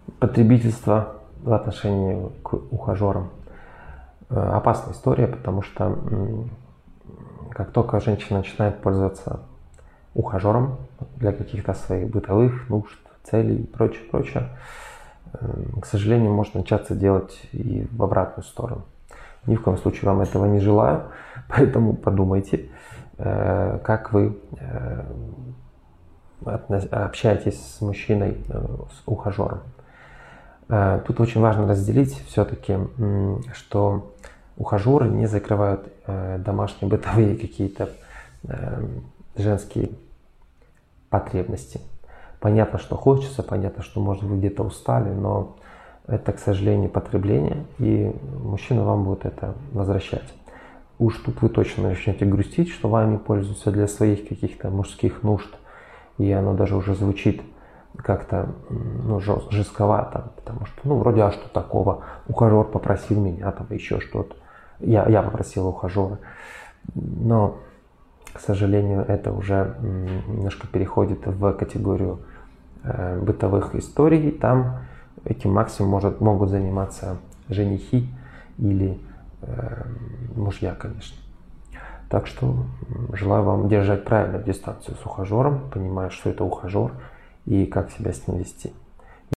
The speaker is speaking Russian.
Потребительство в отношении к ухажерам. Опасная история, потому что как только женщина начинает пользоваться ухажером для каких-то своих бытовых нужд, целей и прочее, прочее, к сожалению, может начаться делать и в обратную сторону. Ни в коем случае вам этого не желаю, поэтому подумайте, как вы общаетесь с мужчиной, с ухажером. Тут очень важно разделить все-таки, что ухажеры не закрывают домашние бытовые какие-то женские потребности. Понятно, что хочется, понятно, что, может, вы где-то устали, но это, к сожалению, потребление, и мужчина вам будет это возвращать. Уж тут вы точно начнете грустить, что вами пользуются для своих каких-то мужских нужд, и оно даже уже звучит как-то жестковато, потому что, вроде, а что такого, ухажер попросил меня, там еще что-то, я попросила ухажера, но, к сожалению, это уже немножко переходит в категорию бытовых историй, там этим максимум могут заниматься женихи или мужья, конечно. Так что желаю вам держать правильную дистанцию с ухажером, понимая, что это ухажер и как себя с ним вести.